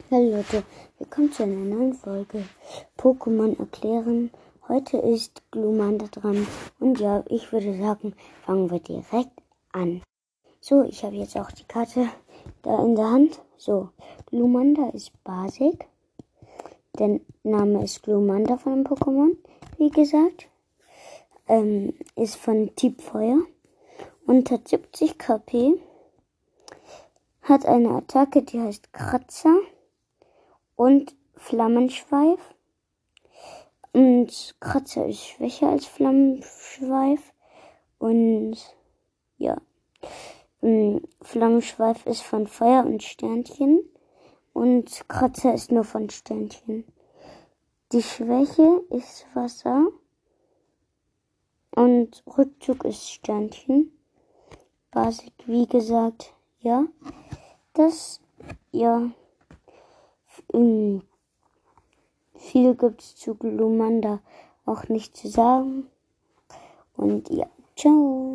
Hallo Leute, willkommen zu einer neuen Folge Pokémon erklären. Heute ist Glumanda dran und ja, ich würde sagen, fangen wir direkt an. So, ich habe jetzt auch die Karte da in der Hand. So, Glumanda ist Basic. Der Name ist Glumanda von dem Pokémon, wie gesagt. Ist von Typ Feuer und hat 70 KP. Hat eine Attacke, die heißt Kratzer. Und Flammenschweif. Und Kratzer ist schwächer als Flammenschweif. Und ja. Flammenschweif ist von Feuer und Sternchen. Und Kratzer ist nur von Sternchen. Die Schwäche ist Wasser. Und Rückzug ist Sternchen. Basic, wie gesagt, ja. Viel gibt es zu Glumanda auch nicht zu sagen. Und ja, ciao.